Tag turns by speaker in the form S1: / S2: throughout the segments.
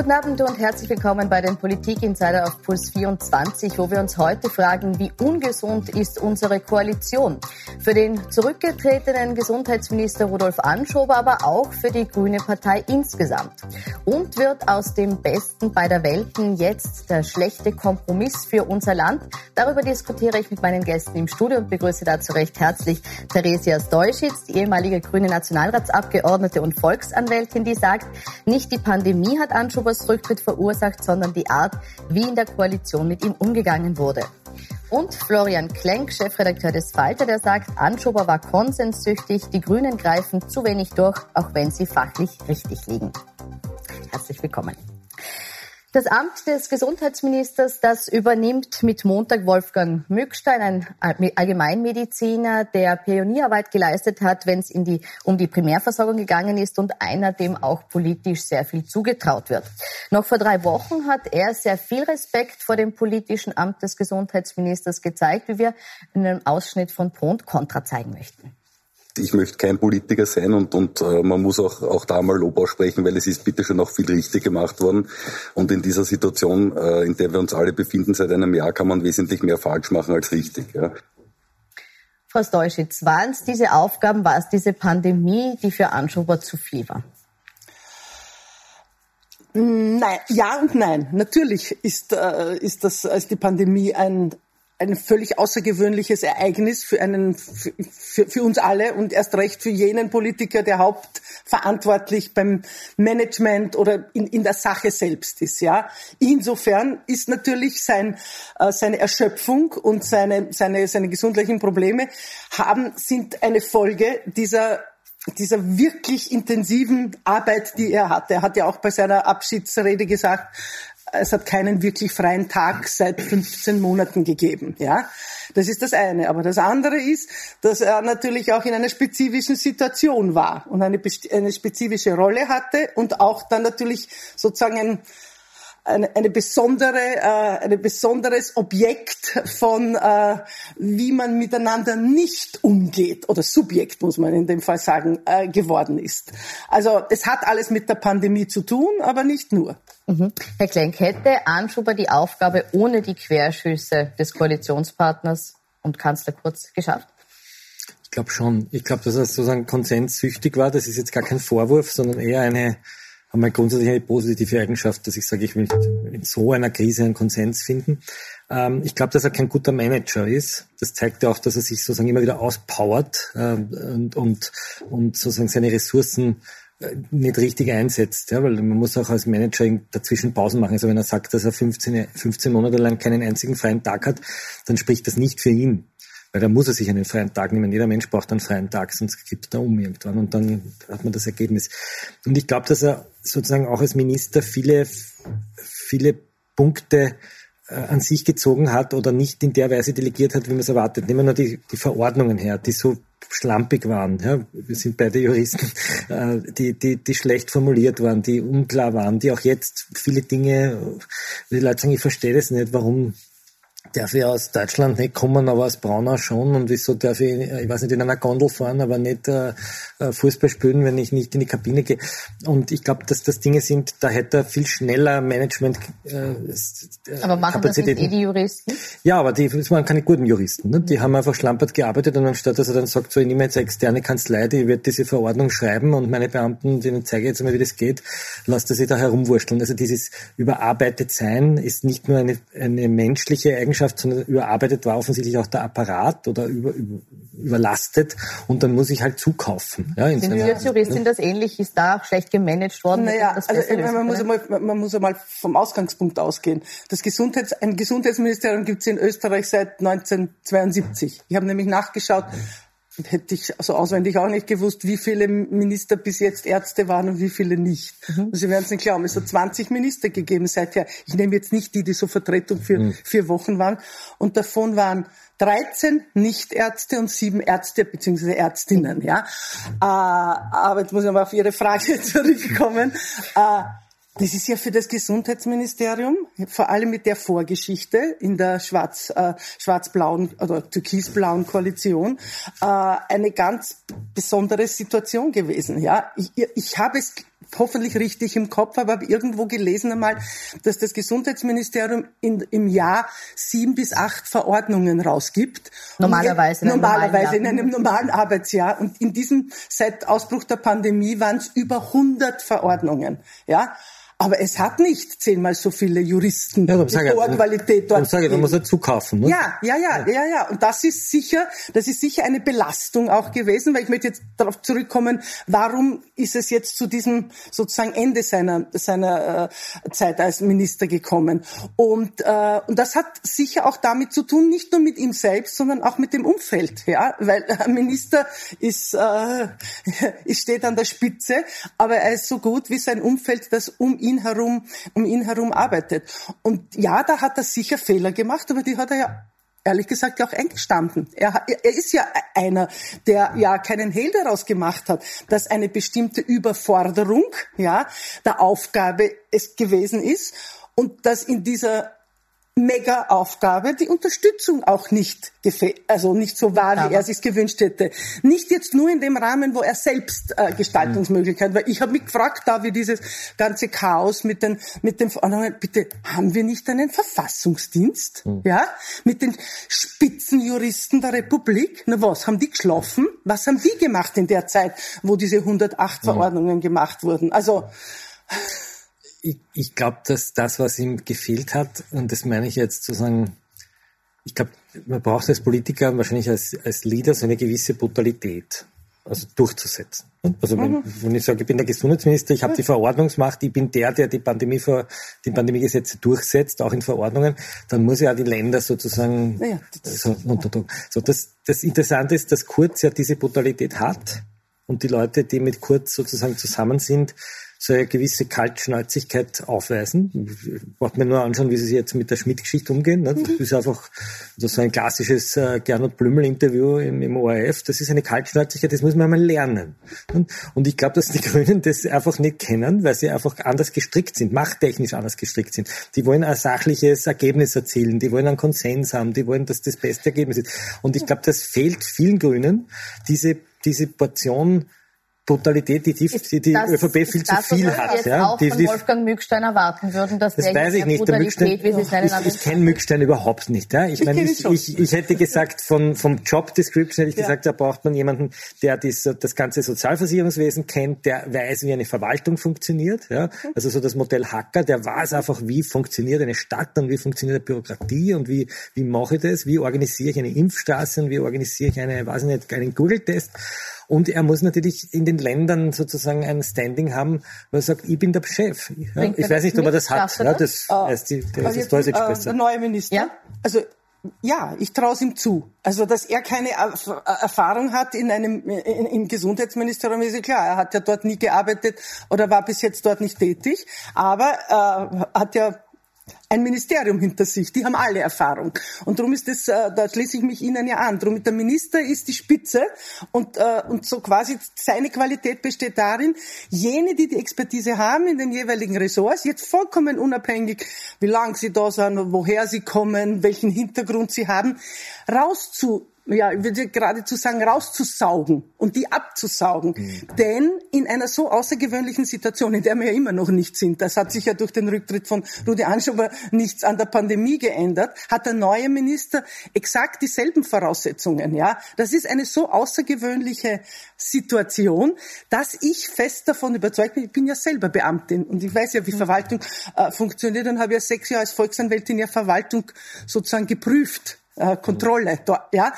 S1: Guten Abend und herzlich willkommen bei den Politik-Insider auf Puls 24, wo wir uns heute fragen, wie ungesund ist unsere Koalition? Für den zurückgetretenen Gesundheitsminister Rudolf Anschober, aber auch für die Grüne Partei insgesamt. Und wird aus dem Besten beider Welten jetzt der schlechte Kompromiss für unser Land? Darüber diskutiere ich mit meinen Gästen im Studio und begrüße dazu recht herzlich Theresia Stojcic, die ehemalige grüne Nationalratsabgeordnete und Volksanwältin, die sagt, nicht die Pandemie hat Anschobers Rücktritt verursacht, sondern die Art, wie in der Koalition mit ihm umgegangen wurde. Und Florian Klenk, Chefredakteur des Falter, der sagt, Anschober war konsenssüchtig, die Grünen greifen zu wenig durch, auch wenn sie fachlich richtig liegen. Herzlich willkommen. Das Amt des Gesundheitsministers, das übernimmt mit Montag Wolfgang Mückstein, ein Allgemeinmediziner, der Pionierarbeit geleistet hat, wenn es um die Primärversorgung gegangen ist und einer, dem auch politisch sehr viel zugetraut wird. Noch vor 3 Wochen hat er sehr viel Respekt vor dem politischen Amt des Gesundheitsministers gezeigt, wie wir in einem Ausschnitt von Pro und Contra zeigen möchten.
S2: Ich möchte kein Politiker sein und man muss auch da mal Lob aussprechen, weil es ist bitte schon noch viel richtig gemacht worden. Und in dieser Situation, in der wir uns alle befinden seit einem Jahr, kann man wesentlich mehr falsch machen als richtig. Ja.
S1: Frau Stojcic, waren es diese Aufgaben, war es diese Pandemie, die für Anschober zu viel war?
S3: Nein, ja und nein. Natürlich ist die Pandemie ein völlig außergewöhnliches Ereignis für uns alle und erst recht für jenen Politiker, der hauptverantwortlich beim Management oder in der Sache selbst ist, ja. Insofern ist natürlich seine Erschöpfung und seine gesundheitlichen Probleme sind eine Folge dieser wirklich intensiven Arbeit, die er hat. Er hat ja auch bei seiner Abschiedsrede gesagt, es hat keinen wirklich freien Tag seit 15 Monaten gegeben, ja. Das ist das eine. Aber das andere ist, dass er natürlich auch in einer spezifischen Situation war und eine spezifische Rolle hatte und auch dann natürlich sozusagen ein besonderes Objekt von, wie man miteinander nicht umgeht, oder Subjekt, muss man in dem Fall sagen, geworden ist. Also es hat alles mit der Pandemie zu tun, aber nicht nur.
S1: Mhm. Herr Klenk, hätte Anschober die Aufgabe ohne die Querschüsse des Koalitionspartners und Kanzler Kurz geschafft?
S4: Ich glaube schon. Ich glaube, dass er sozusagen konsenssüchtig war. Das ist jetzt gar kein Vorwurf, sondern eher einmal grundsätzlich eine positive Eigenschaft, dass ich sage, ich will in so einer Krise einen Konsens finden. Ich glaube, dass er kein guter Manager ist. Das zeigt ja auch, dass er sich sozusagen immer wieder auspowert und sozusagen seine Ressourcen nicht richtig einsetzt, ja, weil man muss auch als Manager dazwischen Pausen machen. Also wenn er sagt, dass er 15 Monate lang keinen einzigen freien Tag hat, dann spricht das nicht für ihn. Weil da muss er sich einen freien Tag nehmen. Jeder Mensch braucht einen freien Tag, sonst kippt er um irgendwann und dann hat man das Ergebnis. Und ich glaube, dass er sozusagen auch als Minister viele Punkte an sich gezogen hat oder nicht in der Weise delegiert hat, wie man es erwartet. Nehmen wir nur die Verordnungen her, die so schlampig waren. Ja, wir sind beide Juristen, die schlecht formuliert waren, die unklar waren, die auch jetzt viele Dinge, die Leute sagen, ich verstehe das nicht, warum darf ich aus Deutschland nicht kommen, aber aus Braunau schon, und wieso darf ich weiß nicht, in einer Gondel fahren, aber nicht Fußball spielen, wenn ich nicht in die Kabine gehe. Und ich glaube, dass das Dinge sind, da hätte er viel schneller Management
S1: aber machen das nicht die Juristen?
S4: Ja, aber das waren keine guten Juristen. Ne? Die haben einfach schlampert gearbeitet und anstatt, dass er dann sagt, so, ich nehme jetzt eine externe Kanzlei, die wird diese Verordnung schreiben und meine Beamten, denen zeige ich jetzt mal, wie das geht, lasst er sich da herumwurschteln. Also dieses überarbeitet sein ist nicht nur eine menschliche Eigenschaft, sondern überarbeitet war offensichtlich auch der Apparat oder überlastet und dann muss ich halt zukaufen. Ja,
S1: sind Sie als Juristin das ähnlich? Ist da auch schlecht gemanagt worden?
S3: Naja, man muss einmal vom Ausgangspunkt ausgehen. Ein Gesundheitsministerium gibt es in Österreich seit 1972. Ich habe nämlich nachgeschaut, hätte ich so auswendig auch nicht gewusst, wie viele Minister bis jetzt Ärzte waren und wie viele nicht. Also Sie werden es nicht glauben, es hat 20 Minister gegeben seither. Ich nehme jetzt nicht die so Vertretung für 4 Wochen waren. Und davon waren 13 Nichtärzte und 7 Ärzte bzw. Ärztinnen. Ja, aber jetzt muss ich mal auf Ihre Frage zurückkommen. Das ist ja für das Gesundheitsministerium, vor allem mit der Vorgeschichte in der schwarz-blauen oder türkisblauen Koalition, eine ganz besondere Situation gewesen. Ja, ich habe es hoffentlich richtig im Kopf habe, habe irgendwo gelesen einmal, dass das Gesundheitsministerium im Jahr 7 bis 8 Verordnungen rausgibt.
S1: Normalerweise
S3: in einem normalen Arbeitsjahr. Und in diesem, seit Ausbruch der Pandemie waren es über 100 Verordnungen. Ja. Aber es hat nicht 10-mal so viele Juristen
S4: mit
S3: hoher Qualität dort.
S4: Da muss er zukaufen, ne?
S3: Ja. Und das ist sicher eine Belastung auch gewesen, weil ich möchte jetzt darauf zurückkommen, warum ist es jetzt zu diesem sozusagen Ende seiner Zeit als Minister gekommen? Und das hat sicher auch damit zu tun, nicht nur mit ihm selbst, sondern auch mit dem Umfeld, ja, weil ein Minister steht an der Spitze, aber er ist so gut wie sein Umfeld, das um ihn herum arbeitet. Und ja, da hat er sicher Fehler gemacht, aber die hat er ja ehrlich gesagt ja auch eingestanden. Er ist ja einer, der ja keinen Hehl daraus gemacht hat, dass eine bestimmte Überforderung, ja, der Aufgabe es gewesen ist und dass in dieser Mega-Aufgabe die Unterstützung auch nicht so war, wie er sich gewünscht hätte. Nicht jetzt nur in dem Rahmen, wo er selbst Gestaltungsmöglichkeiten, weil ich habe mich gefragt, da wie dieses ganze Chaos mit dem bitte, haben wir nicht einen Verfassungsdienst? Ja? Mit den Spitzenjuristen der Republik? Na was, haben die geschlafen? Was haben die gemacht in der Zeit, wo diese 108 Verordnungen gemacht wurden? Also,
S4: ich glaube, dass das, was ihm gefehlt hat, und das meine ich jetzt zu sagen, ich glaube, man braucht als Politiker, wahrscheinlich als Leader, so eine gewisse Brutalität, also durchzusetzen. Also wenn ich sage, ich bin der Gesundheitsminister, ich habe die Verordnungsmacht, ich bin der die Pandemiegesetze durchsetzt, auch in Verordnungen, dann muss ja auch die Länder sozusagen unterdrücken. So, das Interessante ist, dass Kurz ja diese Brutalität hat und die Leute, die mit Kurz sozusagen zusammen sind, so eine gewisse Kaltschnäuzigkeit aufweisen. Braucht man nur anschauen, wie sie jetzt mit der Schmidt-Geschichte umgehen. Das ist einfach so ein klassisches Gernot Blümel-Interview im ORF. Das ist eine Kaltschnäuzigkeit, das muss man einmal lernen. Und ich glaube, dass die Grünen das einfach nicht kennen, weil sie einfach anders gestrickt sind, machttechnisch anders gestrickt sind. Die wollen ein sachliches Ergebnis erzielen, die wollen einen Konsens haben, die wollen, dass das beste Ergebnis ist. Und ich glaube, das fehlt vielen Grünen, diese Portion Brutalität, die ÖVP viel zu viel hat.
S1: Jetzt auch von Wolfgang Mückstein erwarten würden, dass
S4: das weiß ich nicht. Ich kenne Mückstein überhaupt nicht. Ja? Ich meine, ich hätte gesagt, vom Job Description hätte ich gesagt, da braucht man jemanden, der das ganze Sozialversicherungswesen kennt, der weiß, wie eine Verwaltung funktioniert. Ja? Also so das Modell Hacker, der weiß einfach, wie funktioniert eine Stadt und wie funktioniert eine Bürokratie und wie mache ich das, wie organisiere ich eine Impfstraße und wie organisiere ich einen Google-Test. Und er muss natürlich in den Ländern sozusagen ein Standing haben, wo er sagt, ich bin der Chef. Ja, ich weiß nicht, ob er das hat. Ja, das heißt
S3: der neue Minister. Ja? Also ja, ich traue es ihm zu. Also, dass er keine Erfahrung hat im Gesundheitsministerium, ist ja klar. Er hat ja dort nie gearbeitet oder war bis jetzt dort nicht tätig. Aber hat ja ein Ministerium hinter sich, die haben alle Erfahrung. Und darum ist das, da schließe ich mich Ihnen ja an. Darum der Minister ist die Spitze und so quasi seine Qualität besteht darin, jene, die Expertise haben in den jeweiligen Ressorts, jetzt vollkommen unabhängig, wie lang sie da sind, woher sie kommen, welchen Hintergrund sie haben, ich würde geradezu sagen, rauszusaugen und die abzusaugen. Denn in einer so außergewöhnlichen Situation, in der wir ja immer noch nicht sind, das hat sich ja durch den Rücktritt von Rudi Anschober nichts an der Pandemie geändert, hat der neue Minister exakt dieselben Voraussetzungen. Ja, das ist eine so außergewöhnliche Situation, dass ich fest davon überzeugt bin, ich bin ja selber Beamtin und ich weiß ja, wie Verwaltung funktioniert und habe ja 6 Jahre als Volksanwältin ja Verwaltung sozusagen geprüft. Kontrolle, ja,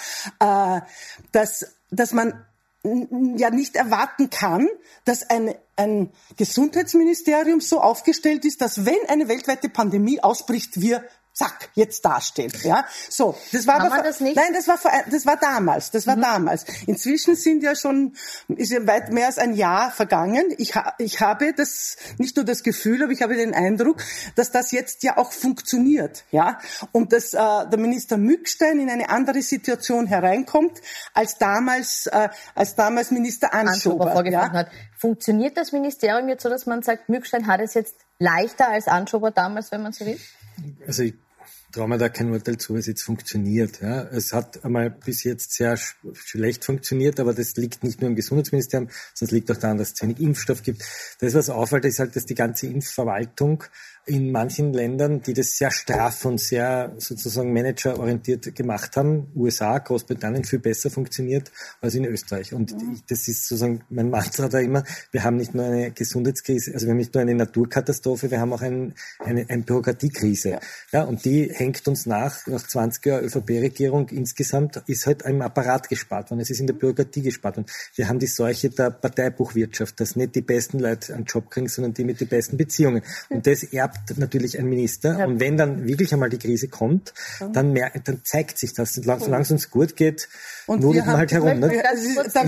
S3: dass man ja nicht erwarten kann, dass ein Gesundheitsministerium so aufgestellt ist, dass wenn eine weltweite Pandemie ausbricht, wir zack, jetzt dastehen, ja. So, das war das war damals. Inzwischen ist ja weit mehr als ein Jahr vergangen. Ich habe nicht nur das Gefühl, aber ich habe den Eindruck, dass das jetzt ja auch funktioniert, ja. Und dass der Minister Mückstein in eine andere Situation hereinkommt, als damals Minister Anschober
S1: vorgefunden hat. Funktioniert das Ministerium jetzt so, dass man sagt, Mückstein hat es jetzt leichter als Anschober damals, wenn man so will?
S4: Also traue mir da kein Urteil zu, wie es jetzt funktioniert. Ja. Es hat einmal bis jetzt sehr schlecht funktioniert, aber das liegt nicht nur im Gesundheitsministerium, sondern es liegt auch daran, dass es zu wenig Impfstoff gibt. Das, was auffällt, ist halt, dass die ganze Impfverwaltung in manchen Ländern, die das sehr straff und sehr sozusagen managerorientiert gemacht haben, USA, Großbritannien, viel besser funktioniert als in Österreich. Und das ist sozusagen mein Mantra da immer, wir haben nicht nur eine Gesundheitskrise, also wir haben nicht nur eine Naturkatastrophe, wir haben auch eine Bürokratiekrise. Ja, und die hängt uns nach 20 Jahren ÖVP-Regierung insgesamt ist halt im Apparat gespart worden, es ist in der Bürokratie gespart worden. Wir haben die Seuche der Parteibuchwirtschaft, dass nicht die besten Leute einen Job kriegen, sondern die mit den besten Beziehungen. Und das erbt natürlich ein Minister. Ja. Und wenn dann wirklich einmal die Krise kommt, dann zeigt sich das. Solange es uns gut geht, nudelt man halt herum. Ne?
S3: Das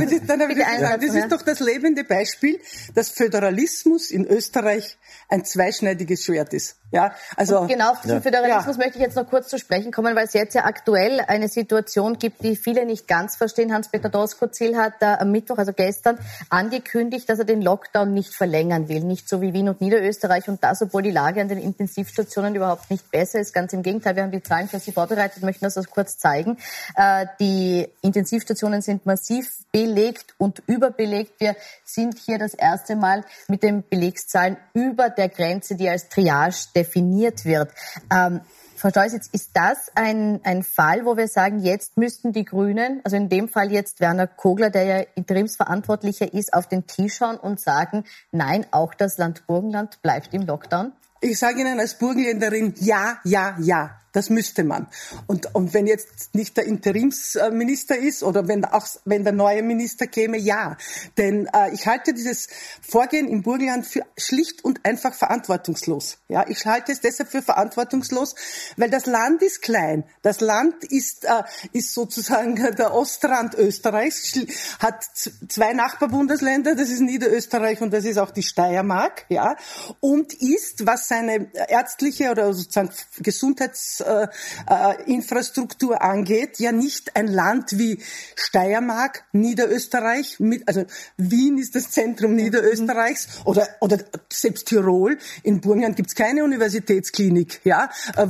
S3: ist doch das lebende Beispiel, dass Föderalismus in Österreich ein zweischneidiges Schwert ist. Ja, also
S1: und genau zum Föderalismus möchte ich jetzt noch kurz zu sprechen kommen, weil es jetzt ja aktuell eine Situation gibt, die viele nicht ganz verstehen. Hans-Peter Doskozil hat am Mittwoch, also gestern, angekündigt, dass er den Lockdown nicht verlängern will. Nicht so wie Wien und Niederösterreich und das, obwohl die Lage an den Intensivstationen überhaupt nicht besser ist. Ganz im Gegenteil, wir haben die Zahlen für Sie vorbereitet, möchten das kurz zeigen. Die Intensivstationen sind massiv belegt und überbelegt. Wir sind hier das erste Mal mit den Belegszahlen über der Grenze, die als Triage definiert wird. Frau Stolz, ist das ein Fall, wo wir sagen, jetzt müssten die Grünen, also in dem Fall jetzt Werner Kogler, der ja Interimsverantwortlicher ist, auf den Tisch schauen und sagen, nein, auch das Land Burgenland bleibt im Lockdown?
S3: Ich sage Ihnen als Burgenländerin, ja. Das müsste man. Und wenn jetzt nicht der Interimsminister ist oder wenn der neue Minister käme, ja. Denn ich halte dieses Vorgehen im Burgenland für schlicht und einfach verantwortungslos. Ja, ich halte es deshalb für verantwortungslos, weil das Land ist klein. Das Land ist sozusagen der Ostrand Österreichs, hat zwei Nachbarbundesländer, das ist Niederösterreich und das ist auch die Steiermark, ja, und ist, was seine ärztliche oder sozusagen Gesundheitsinfrastruktur angeht, ja nicht ein Land wie Steiermark, Niederösterreich, also Wien ist das Zentrum Niederösterreichs oder selbst Tirol. In Burgenland gibt's keine Universitätsklinik, ja,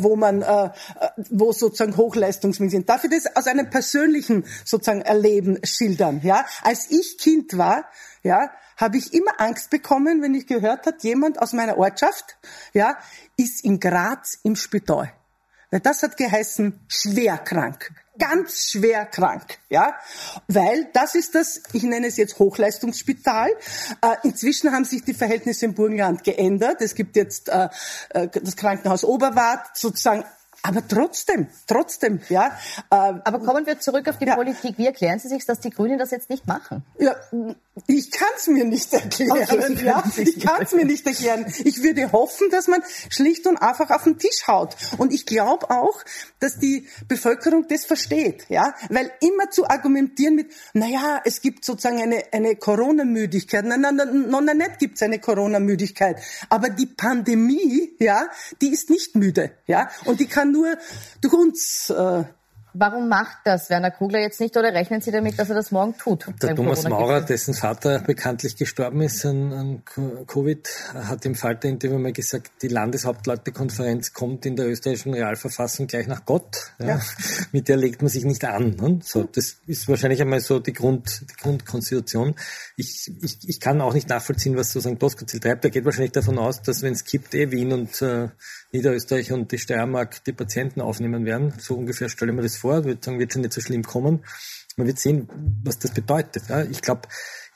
S3: wo sozusagen Hochleistungsmedizin sind. Darf ich das aus einem persönlichen sozusagen Erleben schildern, ja? Als ich Kind war, ja, habe ich immer Angst bekommen, wenn ich gehört habe, jemand aus meiner Ortschaft, ja, ist in Graz im Spital. Weil das hat geheißen, schwer krank. Ganz schwer krank, ja, weil das ist das, ich nenne es jetzt Hochleistungsspital. Inzwischen haben sich die Verhältnisse im Burgenland geändert. Es gibt jetzt das Krankenhaus Oberwart sozusagen. Aber trotzdem, ja.
S1: Aber kommen wir zurück auf die Politik. Wie erklären Sie sich, dass die Grünen das jetzt nicht machen?
S3: Ja, ich kann es mir nicht erklären. Okay, ich kann es mir nicht erklären. Ich würde hoffen, dass man schlicht und einfach auf den Tisch haut. Und ich glaube auch, dass die Bevölkerung das versteht, ja. Weil immer zu argumentieren mit, naja, es gibt sozusagen eine Corona-Müdigkeit. Nein, nicht gibt's eine Corona-Müdigkeit. Aber die Pandemie, ja, die ist nicht müde, ja. Und die kann nur durch uns.
S1: Warum macht das Werner Kogler jetzt nicht oder rechnen Sie damit, dass er das morgen tut?
S4: Der Thomas Maurer, dessen Vater bekanntlich gestorben ist an Covid, hat im Falter-Interview mal gesagt, die Landeshauptleutekonferenz kommt in der österreichischen Realverfassung gleich nach Gott. Ja. Mit der legt man sich nicht an. Ne? So, das ist wahrscheinlich einmal so die Grundkonstitution. Ich kann auch nicht nachvollziehen, was sozusagen Doskozil treibt. Er geht wahrscheinlich davon aus, dass wenn es kippt, Wien und Niederösterreich und die Steiermark die Patienten aufnehmen werden. So ungefähr stelle ich mir das vor. Ich würde sagen, wird schon nicht so schlimm kommen. Man wird sehen, was das bedeutet. Ja, ich glaube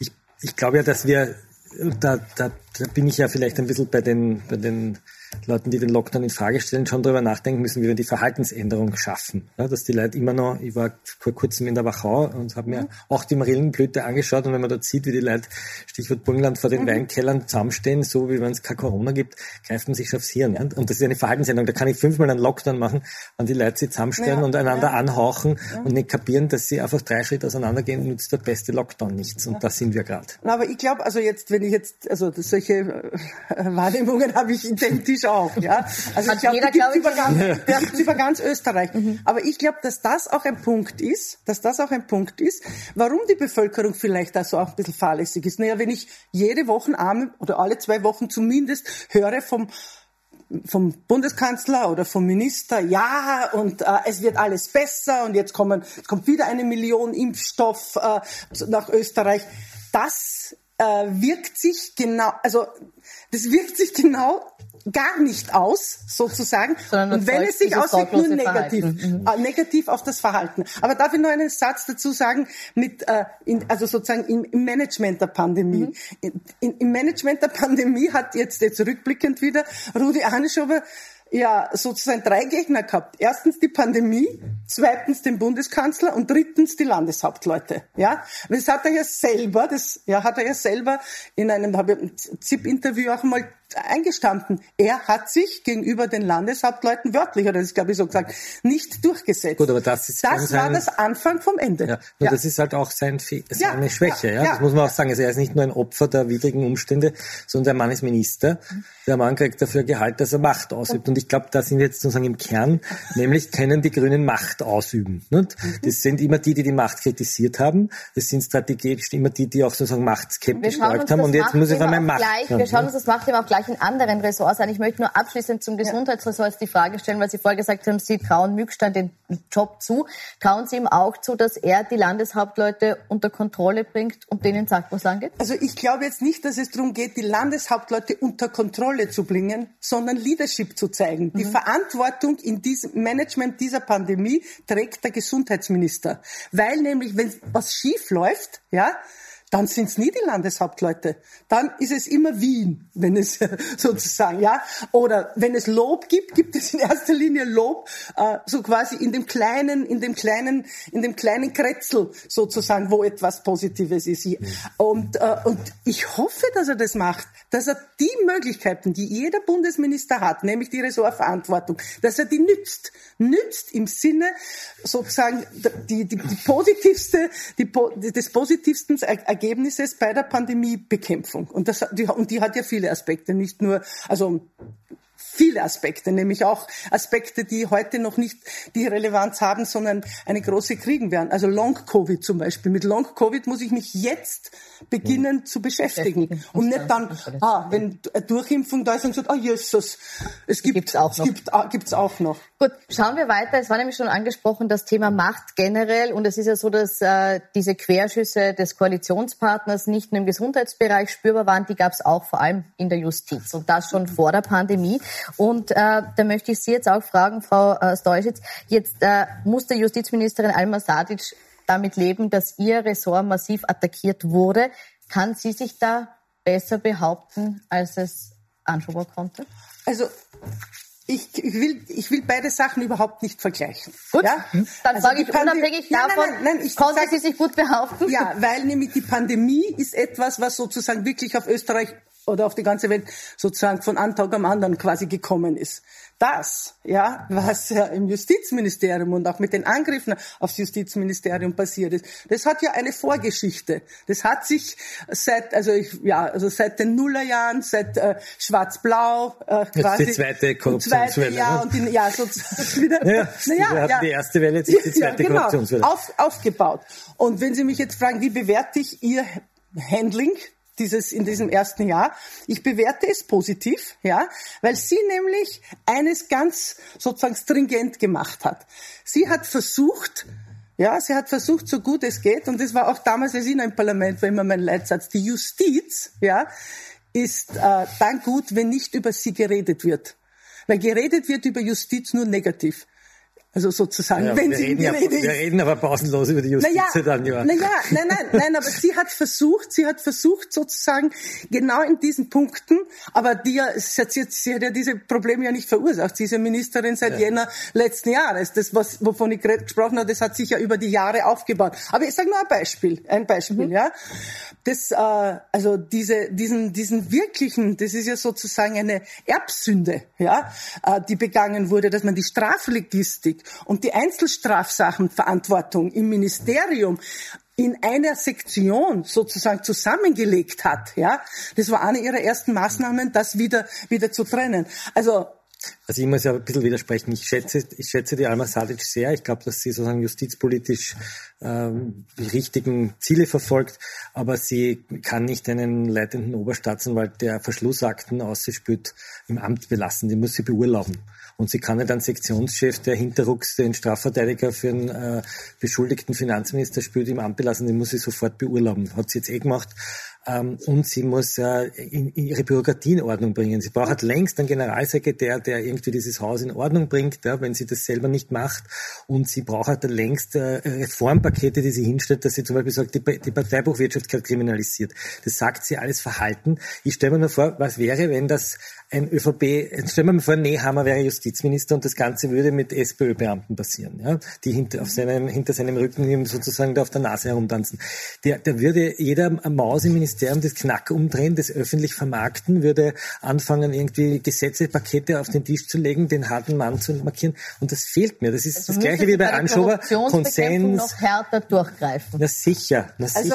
S4: ja, dass wir, da bin ich ja vielleicht ein bisschen bei den Leuten, die den Lockdown in Frage stellen, schon darüber nachdenken müssen, wie wir die Verhaltensänderung schaffen. Ja, dass die Leute immer noch, ich war vor kurzem in der Wachau und habe mir auch die Marillenblüte angeschaut und wenn man dort sieht, wie die Leute, Stichwort Burgenland, vor den Weinkellern zusammenstehen, so wie wenn es kein Corona gibt, greift man sich aufs Hirn. Ja? Und das ist eine Verhaltensänderung. Da kann ich 5-mal einen Lockdown machen, wenn die Leute sich zusammenstellen und einander anhauchen und nicht kapieren, dass sie einfach 3 Schritte auseinandergehen, nützt der beste Lockdown nichts. Und da sind wir gerade.
S3: Aber ich glaube, also jetzt, wenn ich jetzt, also solche Wahrnehmungen habe ich identisch auch, ja. Also ich glaube, das gibt's über ganz Österreich. Aber ich glaube, dass das auch ein Punkt ist, warum die Bevölkerung vielleicht da so auch ein bisschen fahrlässig ist. Naja, wenn ich jede Wochenabend oder alle 2 Wochen zumindest höre vom vom Bundeskanzler oder vom Minister, ja, und es wird alles besser und jetzt kommt wieder 1 Million Impfstoff nach Österreich. Das wirkt sich genau gar nicht aus, sozusagen.
S1: Sondern
S3: und wenn es sich auswirkt, nur negativ auf das Verhalten. Aber darf ich noch einen Satz dazu sagen, im Management der Pandemie. Im Management der Pandemie hat jetzt rückblickend wieder Rudi Anschober sozusagen 3 Gegner gehabt. Erstens die Pandemie, zweitens den Bundeskanzler und drittens die Landeshauptleute. Ja, das hat er ja selber in einem ZIP-Interview auch mal eingestanden. Er hat sich gegenüber den Landeshauptleuten wörtlich, oder das glaube ich so gesagt, nicht durchgesetzt.
S4: Gut, aber das war
S3: das Anfang vom Ende.
S4: Ja, das ist halt auch seine Schwäche. Ja, das muss man auch sagen. Also er ist nicht nur ein Opfer der widrigen Umstände, sondern der Mann ist Minister. Der Mann kriegt dafür Gehalt, dass er Macht ausübt. Und ich glaube, da sind wir jetzt sozusagen im Kern, nämlich können die Grünen Macht ausüben. Nicht? Das sind immer die Macht kritisiert haben. Das sind strategisch immer die auch sozusagen machtskeptisch gefolgt haben. Und jetzt muss ich einmal Macht.
S1: Wir schauen uns das Machtthema auch gleich in anderen Ressorts an. Ich möchte nur abschließend zum Gesundheitsressort die Frage stellen, weil Sie vorher gesagt haben, Sie trauen Mückstein den Job zu. Trauen Sie ihm auch zu, dass er die Landeshauptleute unter Kontrolle bringt und denen sagt, wo es lang geht?
S3: Also ich glaube jetzt nicht, dass es darum geht, die Landeshauptleute unter Kontrolle zu bringen, sondern Leadership zu zeigen. Die Verantwortung in diesem Management dieser Pandemie trägt der Gesundheitsminister. Weil nämlich, wenn was schief läuft, dann sind es nie die Landeshauptleute. Dann ist es immer Wien, wenn es sozusagen, oder wenn es Lob gibt es in erster Linie Lob, so quasi in dem kleinen Kretzel sozusagen, wo etwas Positives ist. Und ich hoffe, dass er das macht, dass er die Möglichkeiten, die jeder Bundesminister hat, nämlich die Ressortverantwortung, dass er die nützt im Sinne sozusagen des positivsten Ergebnisses bei der Pandemiebekämpfung. Und die hat ja viele Aspekte, nicht nur, viele Aspekte, nämlich auch Aspekte, die heute noch nicht die Relevanz haben, sondern eine große kriegen werden. Also Long-Covid zum Beispiel. Mit Long-Covid muss ich mich jetzt beginnen zu beschäftigen. Und nicht dann, wenn eine Durchimpfung da ist und sagt, Jesus, gibt's auch noch.
S1: Gut, schauen wir weiter. Es war nämlich schon angesprochen, das Thema Macht generell. Und es ist ja so, dass diese Querschüsse des Koalitionspartners nicht nur im Gesundheitsbereich spürbar waren, die gab es auch vor allem in der Justiz. Und das schon vor der Pandemie. Und da möchte ich Sie jetzt auch fragen, Frau Steuschitz, jetzt musste Justizministerin Alma Sadic damit leben, dass ihr Ressort massiv attackiert wurde. Kann sie sich da besser behaupten, als es Anschober konnte?
S3: Also ich will beide Sachen überhaupt nicht vergleichen.
S1: Gut, dann sage ich unabhängig davon, konnte sie sich gut behaupten?
S3: Ja, weil nämlich die Pandemie ist etwas, was sozusagen wirklich auf Österreich oder auf die ganze Welt sozusagen von einem Tag am anderen quasi gekommen ist. Das, was ja im Justizministerium und auch mit den Angriffen aufs Justizministerium passiert ist, das hat ja eine Vorgeschichte. Das hat sich seit den Nullerjahren, seit Schwarz-Blau, quasi.
S4: Die zweite Korruptionswelle. Die erste Welle, jetzt ist die zweite Korruptionswelle.
S3: Aufgebaut. Und wenn Sie mich jetzt fragen, wie bewerte ich Ihr Handling in diesem ersten Jahr. Ich bewerte es positiv, weil sie nämlich eines ganz sozusagen stringent gemacht hat. Sie hat versucht, so gut es geht, und das war auch damals, als ich noch im Parlament war, immer mein Leitsatz, die Justiz, ist dann gut, wenn nicht über sie geredet wird. Weil geredet wird über Justiz nur negativ. Also sozusagen, wenn sie in die Rede ist.
S4: Wir reden aber pausenlos über die Justiz dann,
S3: Nein, aber sie hat versucht sozusagen genau in diesen Punkten, aber sie hat ja diese Probleme ja nicht verursacht. Sie ist ja Ministerin seit Jänner letzten Jahres. Das, wovon ich gesprochen habe, das hat sich ja über die Jahre aufgebaut. Aber ich sage nur ein Beispiel, Das, diesen wirklichen, das ist ja sozusagen eine Erbsünde, die begangen wurde, dass man die Straflogistik und die Einzelstrafsachenverantwortung im Ministerium in einer Sektion sozusagen zusammengelegt hat, Das war eine ihrer ersten Maßnahmen, das wieder zu trennen. Also
S4: Also ich muss ja ein bisschen widersprechen. Ich schätze die Alma Sadic sehr. Ich glaube, dass sie sozusagen justizpolitisch die richtigen Ziele verfolgt, aber sie kann nicht einen leitenden Oberstaatsanwalt, der Verschlussakten ausspült, im Amt belassen. Die muss sie beurlauben. Und sie kann nicht einen Sektionschef, der hinterrucks den Strafverteidiger für einen beschuldigten Finanzminister spült, im Amt belassen. Den muss sie sofort beurlauben. Hat sie jetzt gemacht. Und sie muss ihre Bürokratie in Ordnung bringen. Sie braucht längst einen Generalsekretär, der irgendwie dieses Haus in Ordnung bringt, ja, wenn sie das selber nicht macht. Und sie braucht längst Reformpakete, die sie hinstellt, dass sie zum Beispiel sagt, die Parteibuchwirtschaft gehört kriminalisiert. Das sagt sie alles Verhalten. Ich stelle mir nur vor, was wäre, wenn das ein ÖVP, stellen wir mal vor, Nehammer wäre Justizminister und das Ganze würde mit SPÖ-Beamten passieren, ja, die hinter seinem Rücken ihm sozusagen da auf der Nase herumtanzen. Der würde jeder Maus im Ministerium das Knack umdrehen, das öffentlich vermarkten, würde anfangen, irgendwie Gesetzepakete auf den Tisch zu legen, den harten Mann zu markieren. Und das fehlt mir. Das ist also das Gleiche wie bei Anschober. Konsens.
S1: Noch härter durchgreifen.
S4: Na sicher.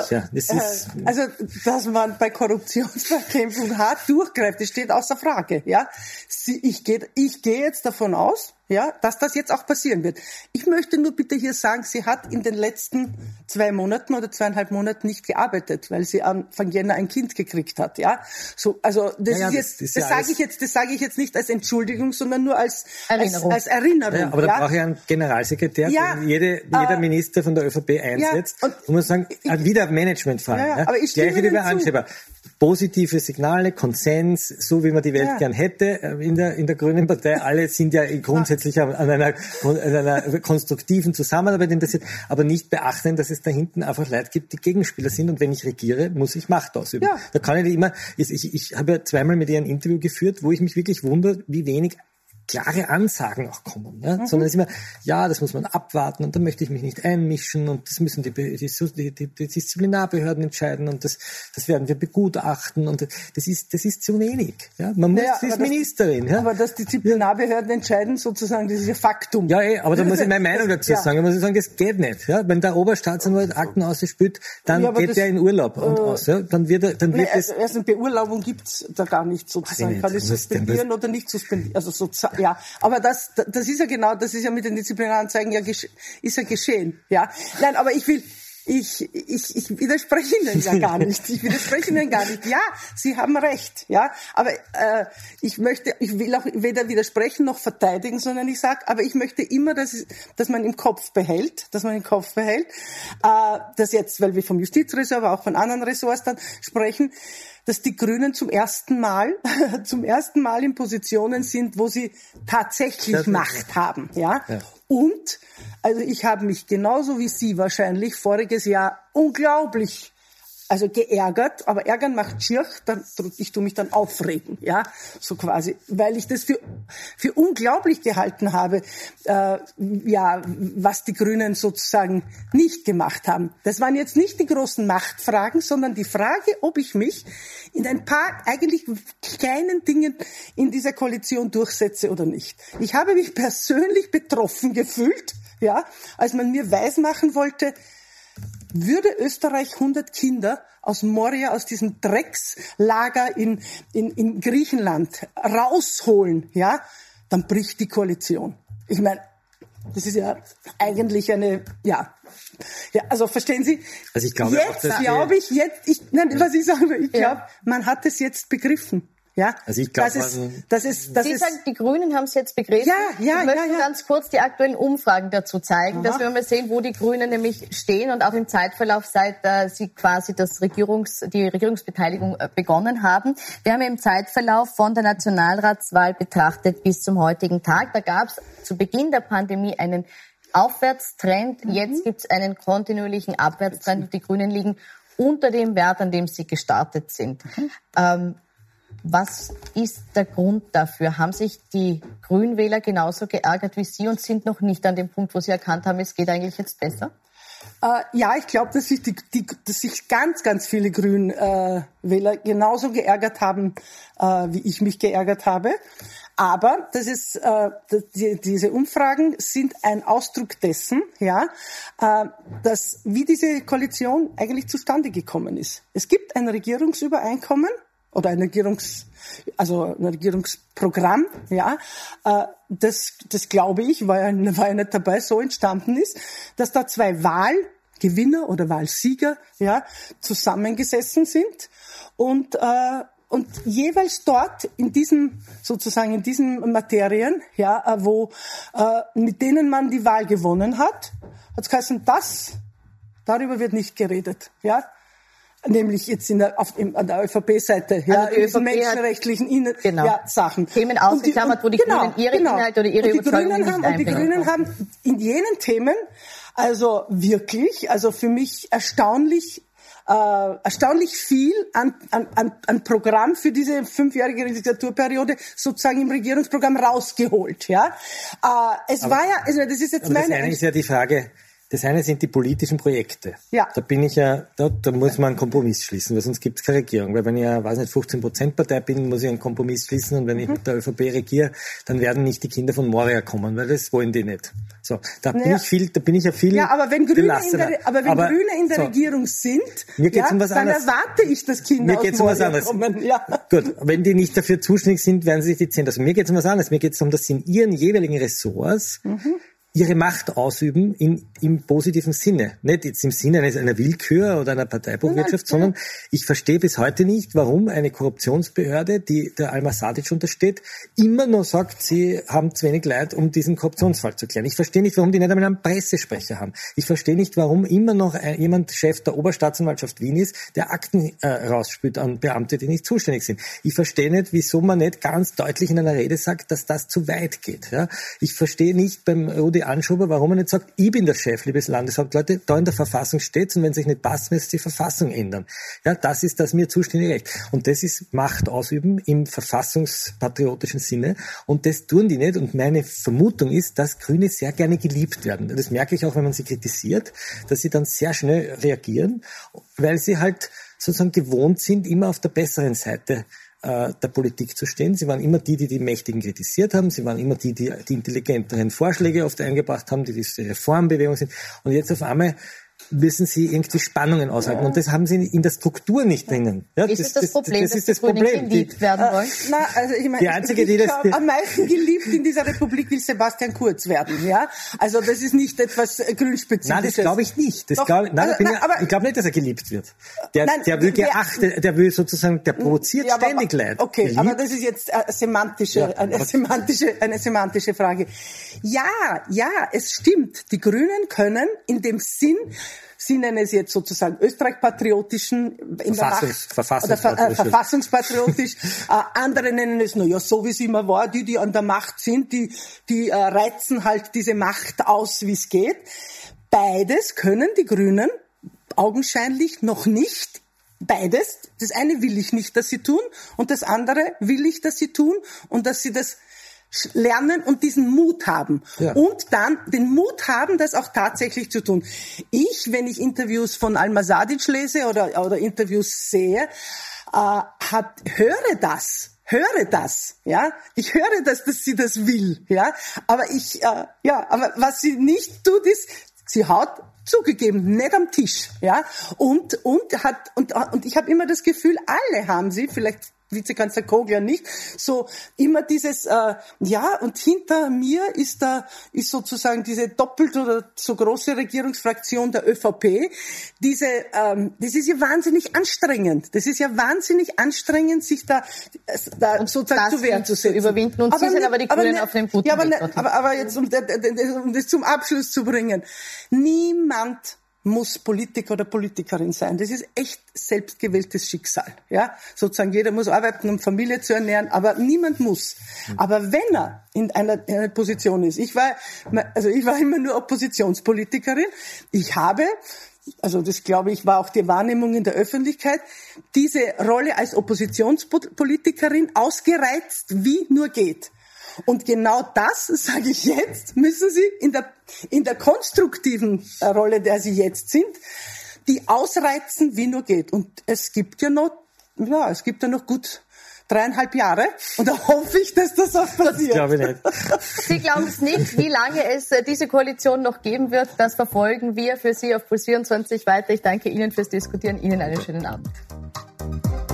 S3: Also, dass man bei Korruptionsbekämpfung hart durchgreift, das steht außer Frage. Ja, ich gehe jetzt davon aus, ja, dass das jetzt auch passieren wird. Ich möchte nur bitte hier sagen, sie hat in den letzten 2 Monaten oder 2,5 Monaten nicht gearbeitet, weil sie Anfang Jänner ein Kind gekriegt hat, ja. So, also das sage ich jetzt nicht als Entschuldigung, sondern nur als Erinnerung.
S4: Ja, aber da brauche ich einen Generalsekretär, den jeder Minister von der ÖVP einsetzt. Ja, und muss sagen, wieder Managementfragen.
S3: Aber ich stimme
S4: Gleiche wie bei Anschreiber. Positive Signale, Konsens, so wie man die Welt gern hätte in der Grünen Partei. Alle sind ja grundsätzlich an einer konstruktiven Zusammenarbeit interessiert, aber nicht beachten, dass es da hinten einfach Leute gibt, die Gegenspieler sind und wenn ich regiere, muss ich Macht ausüben. Ja. Da kann ich nicht immer, ich habe ja 2-mal mit ihr ein Interview geführt, wo ich mich wirklich wundere, wie wenig klare Ansagen auch kommen, ja? Sondern es ist immer, ja, das muss man abwarten und da möchte ich mich nicht einmischen und das müssen die Disziplinarbehörden entscheiden und das werden wir begutachten und das ist zu wenig, ja? Man muss, sie ist Ministerin, ja?
S3: Aber dass Disziplinarbehörden entscheiden, sozusagen, das ist ja Faktum.
S4: Ja, aber da muss ich meine Meinung dazu sagen. Da muss ich sagen, das geht nicht, ja? Wenn der Oberstaatsanwalt Akten ausspült, dann geht der in Urlaub und aus, ja? Dann wird es.
S3: Also eine Beurlaubung gibt's da gar nicht, sozusagen. Kann ich suspendieren oder nicht suspendieren, also sozusagen. Ja, aber das ist ja genau, das ist ja mit den Disziplinaranzeigen ist ja geschehen, ja. Nein, aber ich widerspreche Ihnen ja gar nicht. Ich widerspreche Ihnen gar nicht. Ja, Sie haben recht, ja. Aber ich will auch weder widersprechen noch verteidigen, sondern aber ich möchte immer, dass man im Kopf behält, dass jetzt, weil wir vom Justizressort, aber auch von anderen Ressorts dann sprechen, dass die Grünen zum ersten Mal in Positionen sind, wo sie tatsächlich Macht haben, ja. Und, also ich habe mich genauso wie Sie wahrscheinlich voriges Jahr unglaublich geärgert, aber ärgern macht schier, ich tue mich dann aufregen, ja, so quasi, weil ich das für unglaublich gehalten habe, was die Grünen sozusagen nicht gemacht haben. Das waren jetzt nicht die großen Machtfragen, sondern die Frage, ob ich mich in ein paar eigentlich kleinen Dingen in dieser Koalition durchsetze oder nicht. Ich habe mich persönlich betroffen gefühlt, ja, als man mir weismachen wollte, würde Österreich 100 Kinder aus Moria, aus diesem Dreckslager in Griechenland rausholen, ja, dann bricht die Koalition. Ich meine, das ist ja eigentlich also verstehen Sie?
S4: Also ich glaube,
S3: man hat es jetzt begriffen. Ja,
S4: also ich glaube,
S1: Sie sagen, die Grünen haben es jetzt begriffen. Ich möchte ganz kurz die aktuellen Umfragen dazu zeigen, dass wir mal sehen, wo die Grünen nämlich stehen und auch im Zeitverlauf, seit sie quasi die Regierungsbeteiligung begonnen haben. Wir haben im Zeitverlauf von der Nationalratswahl betrachtet bis zum heutigen Tag. Da gab es zu Beginn der Pandemie einen Aufwärtstrend. Jetzt gibt es einen kontinuierlichen Abwärtstrend und die Grünen liegen unter dem Wert, an dem sie gestartet sind. Was ist der Grund dafür? Haben sich die Grünwähler genauso geärgert wie Sie und sind noch nicht an dem Punkt, wo sie erkannt haben, es geht eigentlich jetzt besser?
S3: Ich glaube, dass sich ganz, ganz viele Grünwähler genauso geärgert haben, wie ich mich geärgert habe. Aber diese Umfragen sind ein Ausdruck dessen, wie diese Koalition eigentlich zustande gekommen ist. Es gibt ein Regierungsübereinkommen. oder ein Regierungsprogramm, ja, das glaube ich, war ja nicht dabei, so entstanden ist, dass da zwei Wahlgewinner oder Wahlsieger, ja, zusammengesessen sind und jeweils dort in diesen Materien, ja, mit denen man die Wahl gewonnen hat es geheißen, darüber wird nicht geredet, ja. Nämlich jetzt an der ÖVP-Seite, ja,
S1: also
S3: in menschenrechtlichen Sachen.
S1: Themen ausgeklammert, wo die Grünen ihre Inhalte oder ihre Überzeugungen nicht einbringen. Und die Grünen haben
S3: in jenen Themen, also wirklich, also für mich erstaunlich viel an Programm für diese 5-jährige Legislaturperiode sozusagen im Regierungsprogramm rausgeholt, ja. Das
S4: eine ist ja die Frage, das eine sind die politischen Projekte.
S3: Ja.
S4: Da muss man einen Kompromiss schließen, weil sonst gibt es keine Regierung. Weil wenn ich 15%-Partei bin, muss ich einen Kompromiss schließen und wenn ich mit der ÖVP regiere, dann werden nicht die Kinder von Moria kommen, weil das wollen die nicht. So, da bin ich ja viel.
S3: Ja, aber wenn Grüne in der Regierung sind,
S4: mir geht's um was
S3: dann
S4: anderes.
S3: Erwarte ich, dass Kinder aus Moria kommen. Ja.
S4: Gut, wenn die nicht dafür zuständig sind, werden sie sich die Zähne. Also mir geht's um was anderes. Mir geht's darum, dass sie in ihren jeweiligen Ressorts ihre Macht ausüben im positiven Sinne. Nicht jetzt im Sinne einer Willkür oder einer Parteibuchwirtschaft, sondern ich verstehe bis heute nicht, warum eine Korruptionsbehörde, die der Alma Sadic untersteht, immer noch sagt, sie haben zu wenig Leute, um diesen Korruptionsfall zu klären. Ich verstehe nicht, warum die nicht einmal einen Pressesprecher haben. Ich verstehe nicht, warum immer noch jemand Chef der Oberstaatsanwaltschaft Wien ist, der Akten rausspült an Beamte, die nicht zuständig sind. Ich verstehe nicht, wieso man nicht ganz deutlich in einer Rede sagt, dass das zu weit geht. Ja? Ich verstehe nicht beim Rudi Anschober, warum er nicht sagt, ich bin der Chef, liebes Landeshauptleute, da in der Verfassung steht's und wenn es sich nicht passt, müsst ihr die Verfassung ändern. Ja, das ist das mir zuständige Recht. Und das ist Macht ausüben im verfassungspatriotischen Sinne und das tun die nicht und meine Vermutung ist, dass Grüne sehr gerne geliebt werden. Das merke ich auch, wenn man sie kritisiert, dass sie dann sehr schnell reagieren, weil sie halt sozusagen gewohnt sind, immer auf der besseren Seite der Politik zu stehen. Sie waren immer die Mächtigen kritisiert haben. Sie waren immer die intelligenteren Vorschläge oft eingebracht haben, die diese Reformbewegung sind. Und jetzt auf einmal müssen sie irgendwie Spannungen aushalten. Und das haben sie in der Struktur nicht drinnen. Ja,
S1: ist das Problem, dass die Grünen geliebt werden wollen?
S3: Die einzige, die am meisten geliebt in dieser Republik will Sebastian Kurz werden. Ja, also das ist nicht etwas Grünspezifisches.
S4: Nein, das glaube ich nicht. Ich glaube nicht, dass er geliebt wird. Der will sozusagen, der provoziert ständig Leid.
S3: Okay, geliebt? Aber das ist jetzt eine semantische Frage. Ja, es stimmt. Die Grünen können in dem Sinn, Sie nennen es jetzt sozusagen österreich-patriotischen in der Macht, verfassungspatriotisch. Andere nennen es, so wie es immer war, die an der Macht sind, die reizen halt diese Macht aus, wie es geht. Beides können die Grünen augenscheinlich noch nicht. Beides. Das eine will ich nicht, dass sie tun, und das andere will ich, dass sie tun, und dass sie das lernen und diesen Mut haben. Ja. Und dann den Mut haben, das auch tatsächlich zu tun. Wenn ich Interviews von Alma Sadic lese oder Interviews sehe, höre das, ja. Ich höre das, dass sie das will, ja. Aber aber was sie nicht tut, ist, sie haut zugegeben nicht am Tisch, ja. Und ich habe immer das Gefühl, alle haben sie, vielleicht Vizekanzler Kogler nicht, so immer dieses, und hinter mir ist sozusagen diese doppelt oder so große Regierungsfraktion der ÖVP, das ist ja wahnsinnig anstrengend. Das ist ja wahnsinnig anstrengend, sich da sozusagen zu Wehr zu setzen.
S1: Überwinden, und Sie sind aber die Grünen auf dem guten Weg.
S3: Aber jetzt, um das zum Abschluss zu bringen, niemand muss Politiker oder Politikerin sein. Das ist echt selbstgewähltes Schicksal. Ja, sozusagen jeder muss arbeiten, um Familie zu ernähren, aber niemand muss. Aber wenn er in einer Position ist, ich war immer nur Oppositionspolitikerin. Das glaube ich, war auch die Wahrnehmung in der Öffentlichkeit, diese Rolle als Oppositionspolitikerin ausgereizt, wie nur geht. Und genau das, sage ich jetzt, müssen Sie in der konstruktiven Rolle, der Sie jetzt sind, die ausreizen, wie nur geht. Und es gibt ja noch gut 3,5 Jahre. Und da hoffe ich, dass das auch passiert.
S4: Das glaube ich nicht.
S1: Sie glauben es nicht, wie lange es diese Koalition noch geben wird. Das verfolgen wir für Sie auf Puls 24 weiter. Ich danke Ihnen fürs Diskutieren. Ihnen einen schönen Abend.